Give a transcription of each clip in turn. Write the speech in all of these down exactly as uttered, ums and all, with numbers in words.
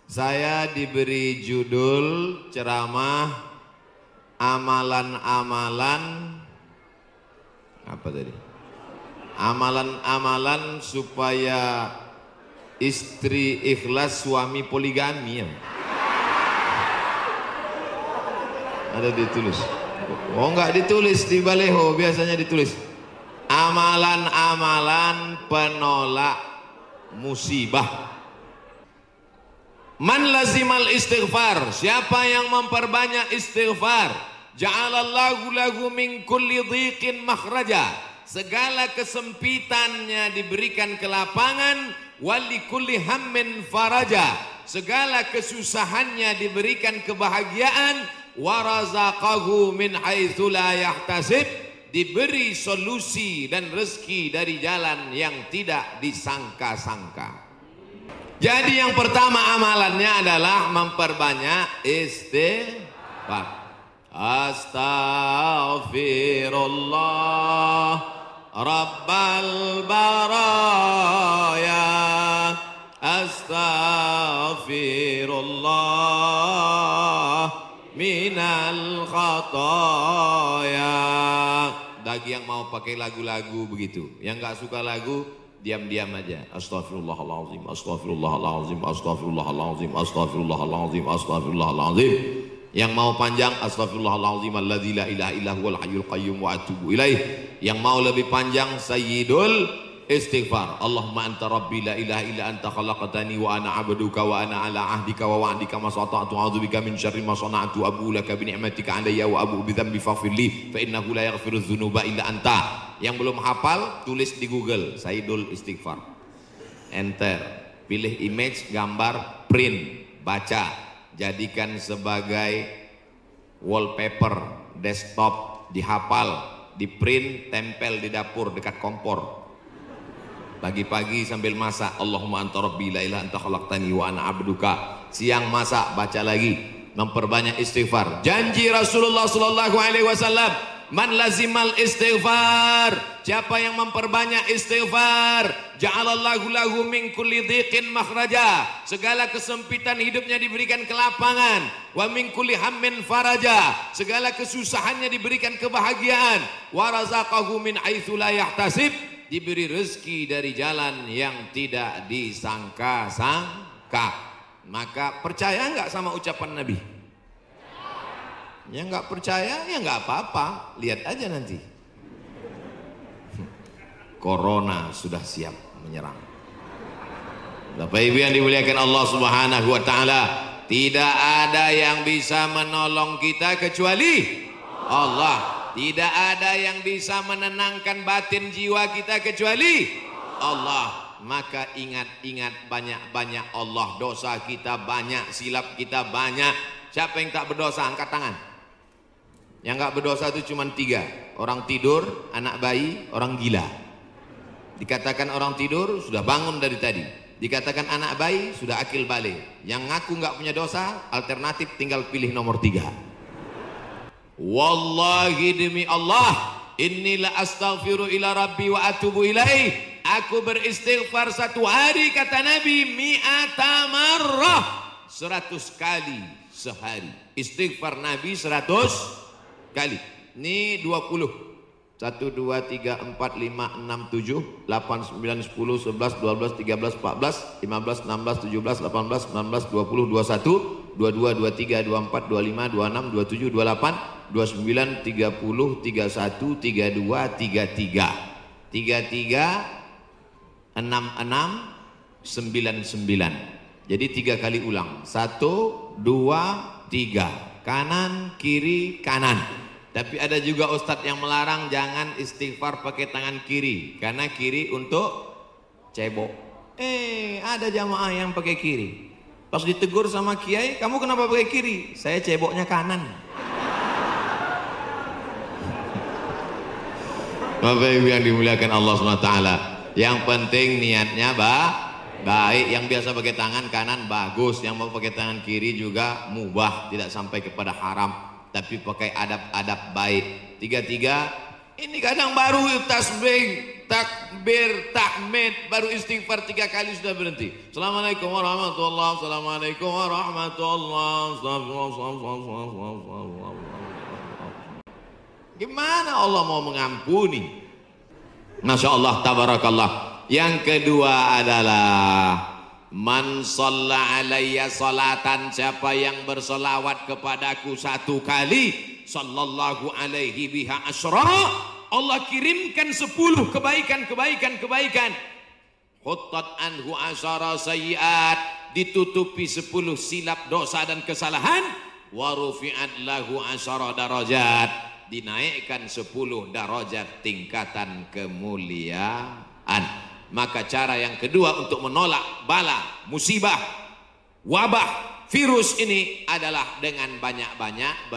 Saya diberi judul ceramah amalan-amalan apa tadi? Amalan-amalan supaya istri ikhlas, suami poligami ya. Ada ditulis. Oh enggak ditulis di baleho, biasanya ditulis amalan-amalan penolak musibah. Man lazimal istighfar, siapa yang memperbanyak istighfar, ja'alallahu lahu min kulli dhiqin makhraja, segala kesempitannya diberikan kelapangan, wali kulli hammin faraja, segala kesusahannya diberikan kebahagiaan, warazaqahu min haitsu la yahtasib, diberi solusi dan rezeki dari jalan yang tidak disangka-sangka. Jadi yang pertama amalannya adalah memperbanyak istighfar. Astaghfirullah Rabbal baraya, astaghfirullah minal khataya. Bagi yang mau pakai lagu-lagu begitu, yang nggak suka lagu diam-diam aja. Astaghfirullahaladzim, astaghfirullahaladzim, astaghfirullahaladzim, astaghfirullahaladzim, astaghfirullahaladzim. Yang mau panjang, astaghfirullahaladzim alladzi la ilaha illa huwal hayyul qayyum wa atubu ilaih. Yang mau lebih panjang, sayyidul istighfar. Allahumma anta rabbi la ilaha illa anta khalaqtani wa ana abduka wa ana ala ahdika wa wa'dika ma sata'tu a'udzubika min syarri ma sana'tu abu laka bi ni'matika alayya wa abu bi dzambi faghfirli fa innahu la yaghfiru dzunuba illa anta. Yang belum hafal tulis di Google Sayyidul Istighfar, enter, pilih image, gambar, print, baca, jadikan sebagai wallpaper desktop, dihafal, di print, tempel di dapur dekat kompor. Pagi-pagi sambil masak, Allahumma anta rabbi la ilaha anta khalaqtani wa ana abduka. Siang masak, baca lagi, memperbanyak istighfar. Janji Rasulullah sallallahu alaihi wasallam, man lazimal istighfar, siapa yang memperbanyak istighfar, ja'alallahu lahu min kulli dhiqin makhraja, segala kesempitan hidupnya diberikan kelapangan, wa min kulli hammin faraja, segala kesusahannya diberikan kebahagiaan, wa razaqahu min haitsu la yahtasib, diberi rezeki dari jalan yang tidak disangka-sangka. Maka percaya enggak sama ucapan Nabi? Yang nggak percaya ya nggak apa-apa, lihat aja nanti. Corona sudah siap menyerang. Bapak Ibu yang dimuliakan Allah Subhanahu wa taala, tidak ada yang bisa menolong kita kecuali Allah. Tidak ada yang bisa menenangkan batin jiwa kita kecuali Allah. Maka ingat-ingat banyak-banyak Allah. Dosa kita banyak, silap kita banyak. Siapa yang tak berdosa angkat tangan? Yang nggak berdosa itu cuma tiga, orang tidur, anak bayi, orang gila. Dikatakan orang tidur sudah bangun dari tadi, dikatakan anak bayi sudah akil balik. Yang ngaku nggak punya dosa, alternatif tinggal pilih nomor tiga. Wallahi demi Allah, inilah astaghfiru ila rabbi wa atubu ilaih. Aku beristighfar satu hari, kata Nabi, mi'ata marrah, seratus kali sehari. Istighfar Nabi seratus kali. Ini dua puluh. satu, dua, tiga, empat, lima, enam, tujuh, delapan, sembilan, sepuluh, sebelas, dua belas, tiga belas, empat belas, lima belas, enam belas, tujuh belas, delapan belas, sembilan belas, dua puluh, dua puluh satu, dua puluh dua, dua puluh tiga, dua puluh empat, dua puluh lima, dua puluh enam, dua puluh tujuh, dua puluh delapan, dua puluh sembilan, tiga puluh, tiga puluh satu, tiga puluh dua, tiga puluh tiga. tiga puluh tiga, enam puluh enam, sembilan puluh sembilan. Jadi tiga kali ulang. satu, dua, tiga. Kanan, kiri, kanan. Tapi ada juga ustadz yang melarang jangan istighfar pakai tangan kiri, karena kiri untuk cebok. Eh, ada jamaah yang pakai kiri. Pas ditegur sama kiai, kamu kenapa pakai kiri? Saya ceboknya kanan. Bapak Ibu yang dimuliakan Allah subhanahu wa taala, yang penting niatnya bah, baik. Yang biasa pakai tangan kanan bagus, yang mau pakai tangan kiri juga mubah, tidak sampai kepada haram. Tapi pakai adab-adab baik. Tiga-tiga, ini kadang baru tasbih takbir, tahmid, baru istighfar tiga kali sudah berhenti. Assalamualaikum warahmatullahi wabarakatuh. Assalamualaikum warahmatullahi wabarakatuh. Gimana Allah mau mengampuni? Masya Allah, tabarakallah. Yang kedua adalah man shalla alayya salatan, siapa yang bersolawat kepadaku satu kali, sallallahu alaihi biha asyra, Allah kirimkan sepuluh kebaikan-kebaikan kebaikan. Khuttat anhu asyara sayyiat, ditutupi sepuluh silap dosa dan kesalahan. Wa rufi'at lahu asyara darajat, dinaikkan sepuluh darajat tingkatan kemuliaan. Maka cara yang kedua untuk menolak bala, musibah, wabah, virus ini adalah dengan banyak-banyak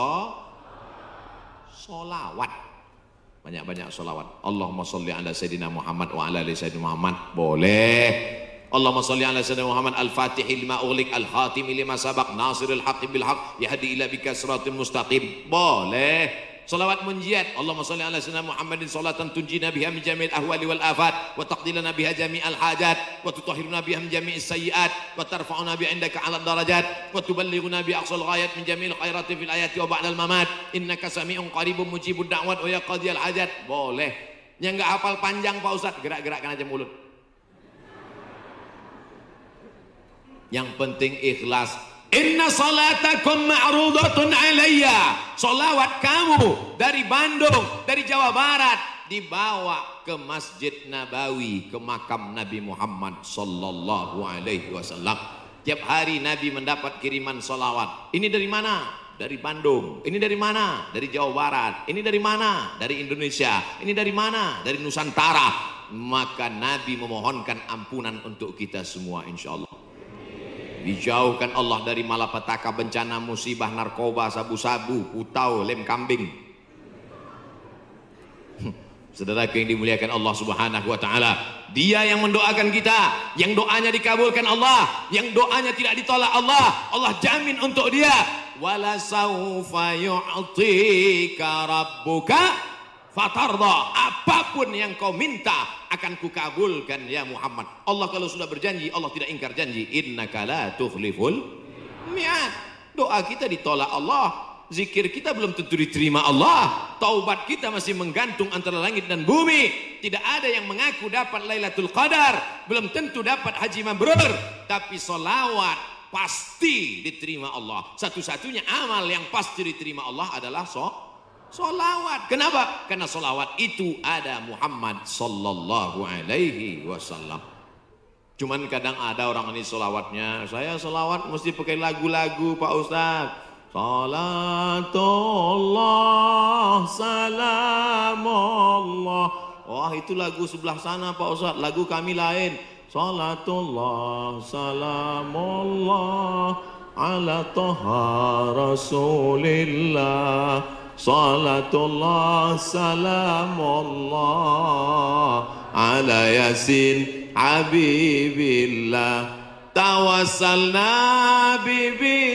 bersolawat. Banyak-banyak solawat. Allahumma salli ala Sayyidina Muhammad wa ala ali Sayyidina Muhammad. Boleh. Allahumma salli ala Sayyidina Muhammad al-Fatihil lima ughliq al-Khatimi lima sabaq nasiril haqqi bil haqq yahdi ila bika siratal mustaqim. Boleh. Salawat munjiat. Allahumma salli ala sayyidina Muhammadin salatan tunjina biha min jami'il ahwali wal afat wa taqdilana biha jami'al hajat wa tutahhiruna biha min jami'is sayyiat wa tarfa'una bi 'indaka 'ala darajat wa tuballighuna bi aqsal ghayat min jami'il khairati fil ayati wa ba'dal mamat innaka sami'un qaribun mujibud da'wat wa ya qadiyal hajat. Boleh. Yang enggak hafal panjang Pak Ustaz, gerak-gerakkan aja mulut. Yang penting ikhlas. Inna salatakum ma'rudatun alayya, salawat kamu dari Bandung, dari Jawa Barat dibawa ke Masjid Nabawi, ke makam Nabi Muhammad sallallahu alaihi wasallam. Tiap hari Nabi mendapat kiriman salawat. Ini dari mana? Dari Bandung. Ini dari mana? Dari Jawa Barat. Ini dari mana? Dari Indonesia. Ini dari mana? Dari Nusantara. Maka Nabi memohonkan ampunan untuk kita semua insyaallah. Dijauhkan Allah dari malapetaka, bencana, musibah, narkoba, sabu-sabu, putau, lem kambing. Saudaraku yang dimuliakan Allah Subhanahu wa taala, Dia yang mendoakan kita, yang doanya dikabulkan Allah, yang doanya tidak ditolak Allah, Allah jamin untuk dia. Wala saufa yu'tika rabbuka fatarda, apapun yang kau minta akan kukabulkan ya Muhammad. Allah kalau sudah berjanji, Allah tidak ingkar janji. Innaka la tukhliful mi'ad. Doa kita ditolak Allah, zikir kita belum tentu diterima Allah, taubat kita masih menggantung antara langit dan bumi. Tidak ada yang mengaku dapat Lailatul Qadar, belum tentu dapat haji mabrur, tapi solawat pasti diterima Allah. Satu-satunya amal yang pasti diterima Allah adalah so solawat. Kenapa? Karena solawat itu ada Muhammad sallallahu alaihi wasallam. Cuman kadang ada orang ini solawatnya, saya solawat mesti pakai lagu-lagu Pak Ustaz. Salatullah salamullah. Wah, itu lagu sebelah sana Pak Ustaz, lagu kami lain. Salatullah salamullah ala toha rasulillah. Salatullah salamullah ala yasin habibillah. Tawassalna bi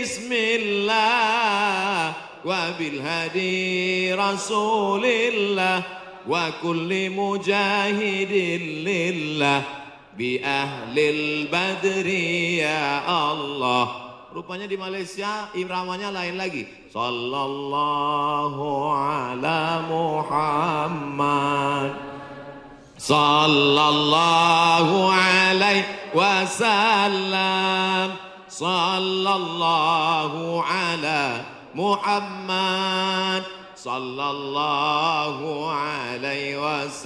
bismillah wa bil hadi rasulillah wa kulli mujahidin lillah bi ahlil badri ya Allah. Rupanya di Malaysia iramanya lain lagi. Sallallahu ala Muhammad, sallallahu alaihi wasallam, sallallahu ala Muhammad, sallallahu alaihi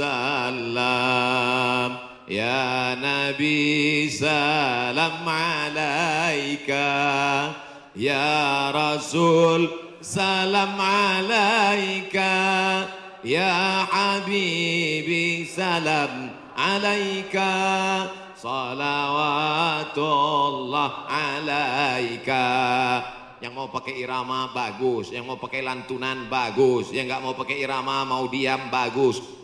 wasallam. Ya Nabi salam alaika, ya Rasul salam alaika, ya Habibi salam alaika, salawatullah alaika. Yang mau pakai irama bagus, yang mau pakai lantunan bagus, yang nggak mau pakai irama mau diam bagus.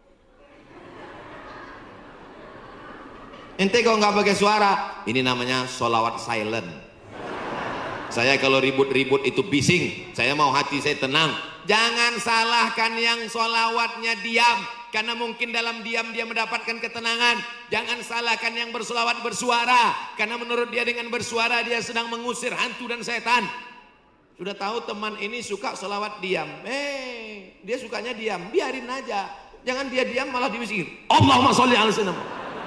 Ente kalau nggak pakai suara, ini namanya solawat silent. Saya kalau ribut-ribut itu bising, saya mau hati saya tenang. Jangan salahkan yang solawatnya diam. karena mungkin dalam diam dia mendapatkan ketenangan. Jangan salahkan yang berselawat bersuara, karena menurut dia dengan bersuara dia sedang mengusir hantu dan setan. Sudah tahu teman ini suka selawat diam, eh dia sukanya diam, biarin aja. Jangan dia diam malah diusir. Allahumma sholli ala sayyidina.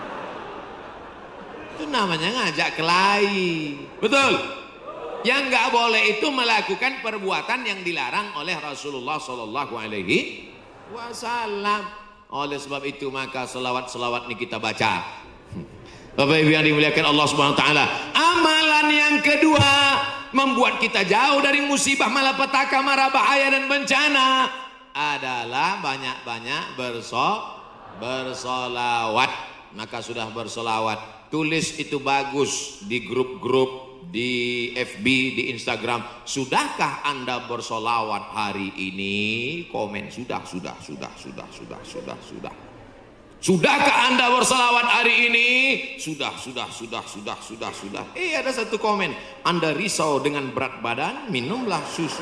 Itu namanya ngajak kelahi. Betul? Yang nggak boleh itu melakukan perbuatan yang dilarang oleh Rasulullah Shallallahu Alaihi Wasallam. Oleh sebab itu maka selawat-selawat ini kita baca. Bapak Ibu yang dimuliakan Allah Subhanahu Wa Taala. Amalan yang kedua, membuat kita jauh dari musibah, malapetaka, mara bahaya dan bencana adalah banyak-banyak berso bersolawat. Maka sudah bersolawat, tulis itu bagus di grup-grup, di F B, di Instagram. Sudahkah Anda bersolawat hari ini? Komen sudah, sudah, sudah, sudah, sudah, sudah, sudah. Sudahkah Anda bersolawat hari ini? Sudah, sudah, sudah, sudah, sudah, sudah. Eh ada satu komen, Anda risau dengan berat badan, minumlah susu.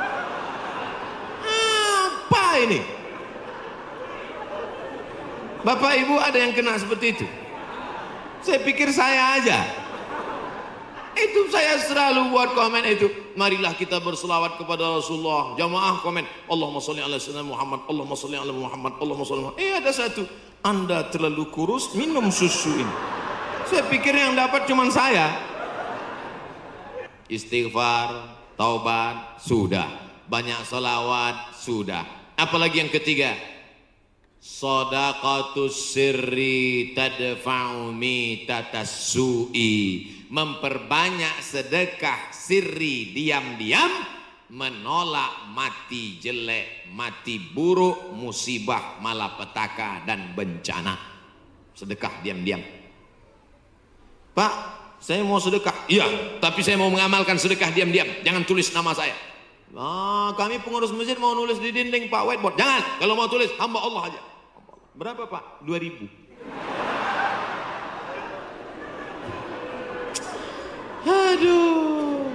Apa ini? Bapak Ibu ada yang kena seperti itu? Saya pikir saya aja. Itu saya selalu buat komen itu. Marilah kita berselawat kepada Rasulullah. Jamaah komen, Allahumma sholli ala sayyidina Muhammad, Allahumma sholli ala Muhammad, Allahumma sholli ala Muhammad. Eh ada satu, Anda terlalu kurus, minum susu ini. Saya pikir yang dapat cuma saya. Istighfar, taubat, sudah. Banyak selawat, sudah. Apalagi yang ketiga, shadaqatus sirri tadfa'u mitatas su'i. Memperbanyak sedekah sirri, diam-diam, menolak mati jelek, mati buruk, musibah, malapetaka dan bencana. Sedekah diam-diam. Pak, saya mau sedekah. Iya, tapi saya mau mengamalkan sedekah diam-diam. Jangan tulis nama saya. Nah, kami pengurus masjid mau nulis di dinding Pak, whiteboard. Jangan, kalau mau tulis hamba Allah aja. Berapa Pak? dua ribu. Aduh.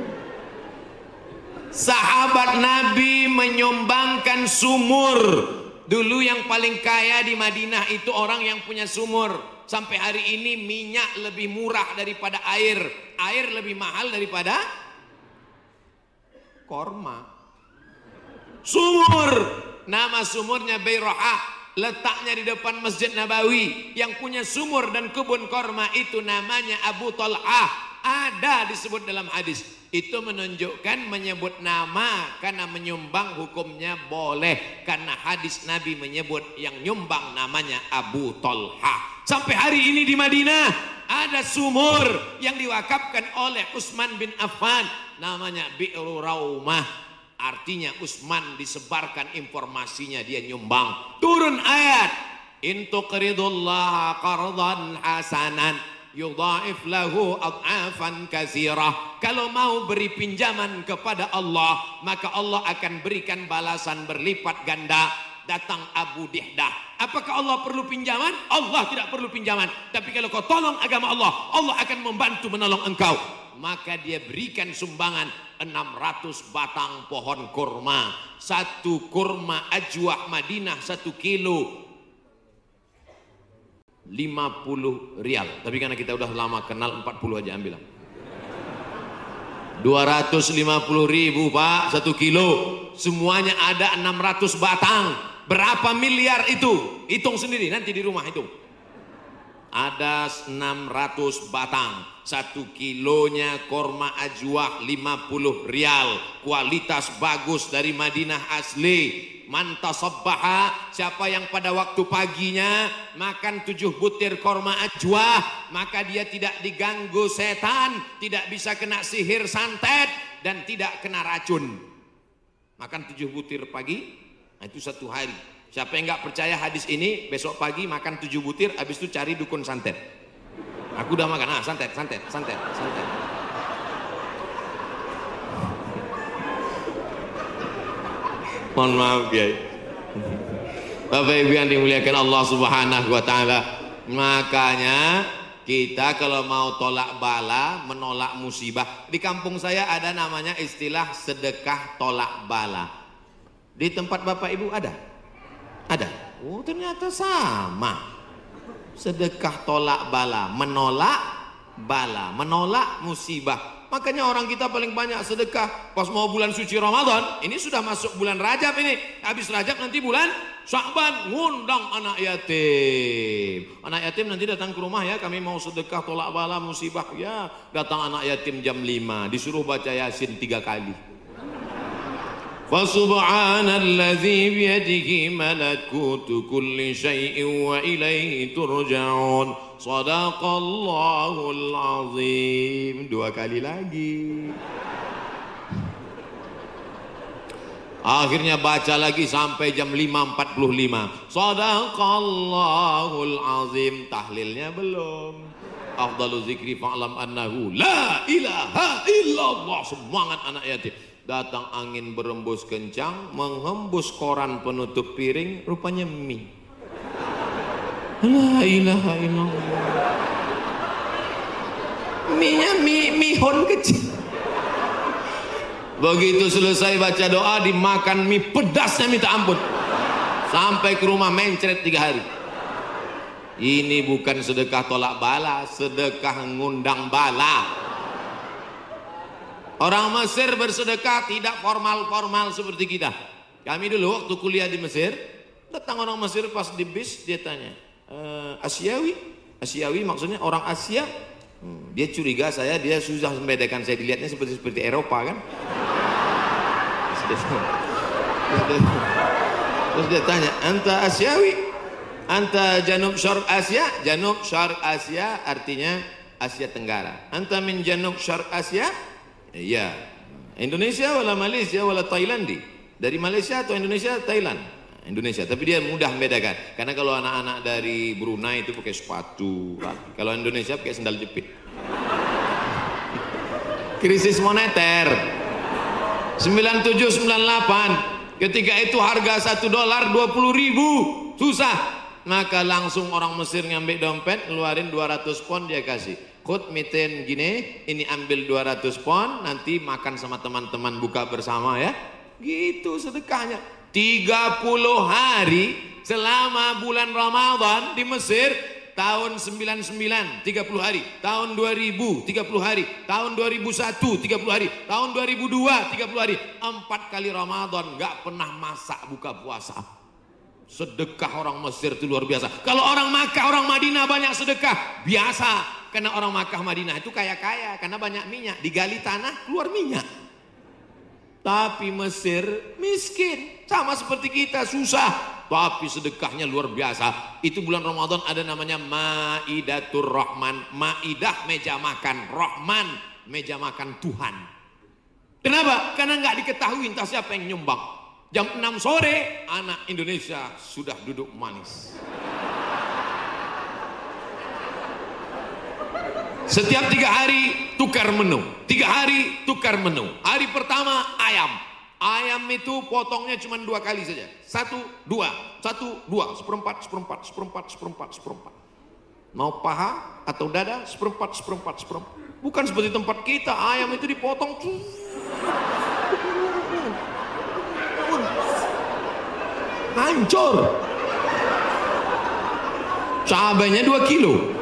Sahabat Nabi menyumbangkan sumur. Dulu yang paling kaya di Madinah itu orang yang punya sumur. Sampai hari ini minyak lebih murah daripada air. Air lebih mahal daripada korma. Sumur. Nama sumurnya Bayra'ah. Letaknya di depan Masjid Nabawi. Yang punya sumur dan kebun korma itu namanya Abu Talhah. Ada disebut dalam hadis. Itu menunjukkan menyebut nama karena menyumbang hukumnya boleh. Karena hadis Nabi menyebut yang nyumbang namanya Abu Talhah. Sampai hari ini di Madinah ada sumur yang diwakafkan oleh Utsman bin Affan. Namanya Bi'ru Raumah. Artinya Utsman disebarkan informasinya, dia nyumbang. Turun ayat. In tuqridullaha qardan hasanan yudha'if lahu ad'afan katsirah. Kalau mau beri pinjaman kepada Allah, maka Allah akan berikan balasan berlipat ganda. Datang Abu Dihdah. Apakah Allah perlu pinjaman? Allah tidak perlu pinjaman. Tapi kalau kau tolong agama Allah, Allah akan membantu menolong engkau. Maka dia berikan sumbangan enam ratus batang pohon kurma. Satu kurma ajwah Madinah satu kilo lima puluh rial. Tapi karena kita udah lama kenal, empat puluh aja ambil. dua ratus lima puluh ribu Pak satu kilo. Semuanya ada enam ratus batang. Berapa miliar itu? Hitung sendiri nanti di rumah hitung. Ada enam ratus batang. Satu kilonya korma ajwah lima puluh rial. Kualitas bagus dari Madinah asli. Mantasabbaha, siapa yang pada waktu paginya makan tujuh butir korma ajwah, maka dia tidak diganggu setan, tidak bisa kena sihir santet, dan tidak kena racun. Makan tujuh butir pagi, nah itu satu hari. Siapa yang nggak percaya hadis ini, besok pagi makan tujuh butir, habis itu cari dukun santet. Aku udah makan, ah santet, santet, santet, santet. Mohon maaf ya. Bapak Ibu yang dimuliakan Allah Subhanahu wa taala. Makanya kita kalau mau tolak bala, menolak musibah. Di kampung saya ada namanya istilah sedekah tolak bala. Di tempat Bapak Ibu ada? Ada. Oh ternyata sama. Sedekah tolak bala, menolak bala, menolak musibah. Makanya orang kita paling banyak sedekah pas mau bulan suci Ramadan. Ini sudah masuk bulan Rajab ini. Habis Rajab nanti bulan Sya'ban, ngundang anak yatim. Anak yatim nanti datang ke rumah ya, kami mau sedekah tolak bala musibah. Ya, datang anak yatim jam lima, disuruh baca Yasin tiga kali. Fasubhanalladzi biyadihi malakutu kulli syai'in wa ilaihi turja'un. Shadaqallahul azim. Dua kali lagi. Akhirnya baca lagi sampai jam lima empat puluh lima. Shadaqallahul azim. Tahlilnya belum. Afdalu zikri fa'lam annahu la ilaha illallah. Semangat anak yatim. Datang angin berembus kencang, menghembus koran penutup piring, rupanya mie. La ilaha illallah. Mie-nya mie mihon kecil. Begitu selesai baca doa, dimakan mie pedasnya minta ampun. Sampai ke rumah mencret tiga hari. Ini bukan sedekah tolak bala, sedekah ngundang bala. Orang Mesir bersedekah tidak formal-formal seperti kita. Kami dulu waktu kuliah di Mesir, datang orang Mesir pas di bis, dia tanya, e, Asiawi? Asiawi maksudnya orang Asia? Hmm, dia curiga saya, dia susah membedakan saya, dilihatnya seperti seperti Eropa kan? Terus dia, terus dia tanya, anta Asiawi? Anta Janub Syarq Asia? Janub Syarq Asia artinya Asia Tenggara. Anta min Janub Syarq Asia? Iya, Indonesia wala Malaysia wala Thailandi. Dari Malaysia atau Indonesia, Thailand? Indonesia. Tapi dia mudah membedakan. Karena kalau anak-anak dari Brunei itu pakai sepatu, kalau Indonesia pakai sendal jepit. Krisis moneter sembilan tujuh sembilan delapan. Ketika itu harga satu dolar dua puluh ribu, susah. Maka langsung orang Mesir ngambil dompet, ngeluarin dua ratus pon, dia kasih. Khud miten gini, ini ambil dua ratus pon, nanti makan sama teman-teman buka bersama ya. Gitu sedekahnya. tiga puluh hari selama bulan Ramadan di Mesir, tahun sembilan puluh sembilan tiga puluh hari, tahun dua ribu tiga puluh hari, tahun dua ribu satu tiga puluh hari, tahun dua ribu dua tiga puluh hari. Empat kali Ramadan nggak pernah masak buka puasa. Sedekah orang Mesir itu luar biasa. Kalau orang Makkah, orang Madinah banyak sedekah, biasa. Karena orang Makkah Madinah itu kaya-kaya, karena banyak minyak, digali tanah keluar minyak. Tapi Mesir miskin, sama seperti kita, susah, tapi sedekahnya luar biasa. Itu bulan Ramadan ada namanya Maidatur Rahman. Maidah meja makan, Rahman meja makan Tuhan. Kenapa? Karena nggak diketahui entah siapa yang nyumbang. Jam enam sore anak Indonesia sudah duduk manis. Setiap tiga hari tukar menu, tiga hari tukar menu. Hari pertama ayam, ayam itu potongnya cuma dua kali saja, satu dua, satu dua, seperempat, seperempat, seperempat, seperempat, seperempat. Mau paha atau dada, seperempat, seperempat, seperempat. Bukan seperti tempat kita, ayam itu dipotong. Hancur. Cabainya dua kilo.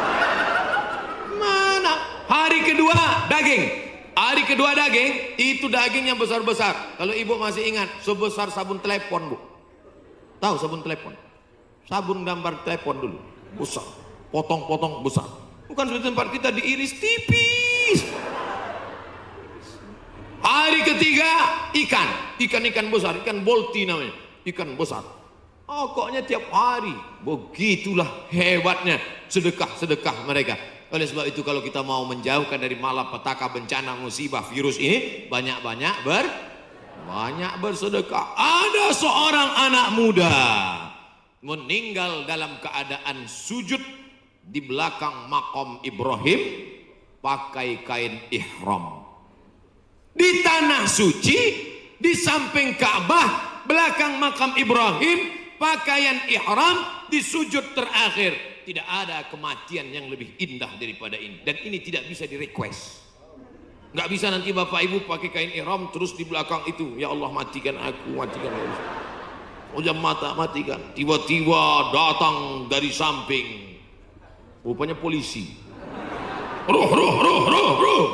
Hari kedua daging, hari kedua daging itu dagingnya besar-besar. Kalau ibu masih ingat, sebesar sabun telepon bu. Tahu sabun telepon? Sabun gambar telepon dulu, besar. Potong-potong besar. Bukan seperti tempat kita diiris tipis. Hari ketiga ikan, ikan-ikan besar, ikan bolti namanya, ikan besar. Oh, koknya tiap hari. Begitulah hebatnya sedekah-sedekah mereka. Oleh sebab itu kalau kita mau menjauhkan dari malapetaka, bencana, musibah, virus ini, banyak-banyak ber banyak bersedekah. Ada seorang anak muda meninggal dalam keadaan sujud di belakang makam Ibrahim pakai kain ihram. Di tanah suci, di samping Ka'bah, belakang makam Ibrahim, pakaian ihram di sujud terakhir. Tidak ada kematian yang lebih indah daripada ini. Dan ini tidak bisa di request. Nggak bisa nanti bapak ibu pakai kain ihram terus di belakang itu, ya Allah matikan aku, matikan aku. Ujam mata matikan. Tiba-tiba datang dari samping, rupanya polisi. Roh, roh, roh, roh, roh.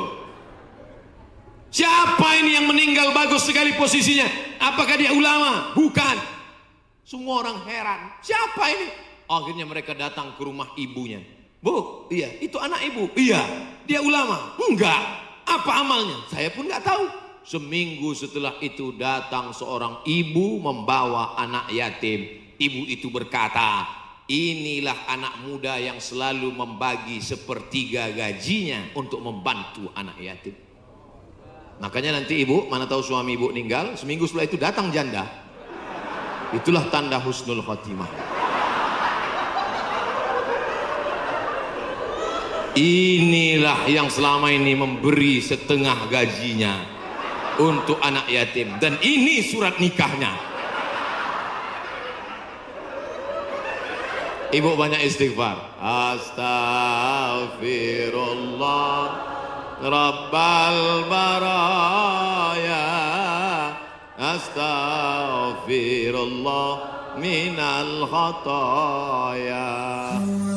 Siapa ini yang meninggal? Bagus sekali posisinya. Apakah dia ulama? Bukan. Semua orang heran. Siapa ini? Akhirnya mereka datang ke rumah ibunya. Bu, iya, itu anak ibu. Iya, dia ulama. Enggak. Apa amalnya? Saya pun enggak tahu. Seminggu setelah itu datang seorang ibu membawa anak yatim. Ibu itu berkata, inilah anak muda yang selalu membagi sepertiga gajinya untuk membantu anak yatim. Makanya nanti ibu, mana tahu suami ibu meninggal, seminggu setelah itu datang janda. Itulah tanda husnul khotimah. Inilah yang selama ini memberi setengah gajinya untuk anak yatim. Dan ini surat nikahnya. Ibu banyak istighfar. Astaghfirullah Rabbal baraya, astaghfirullah minal khataya.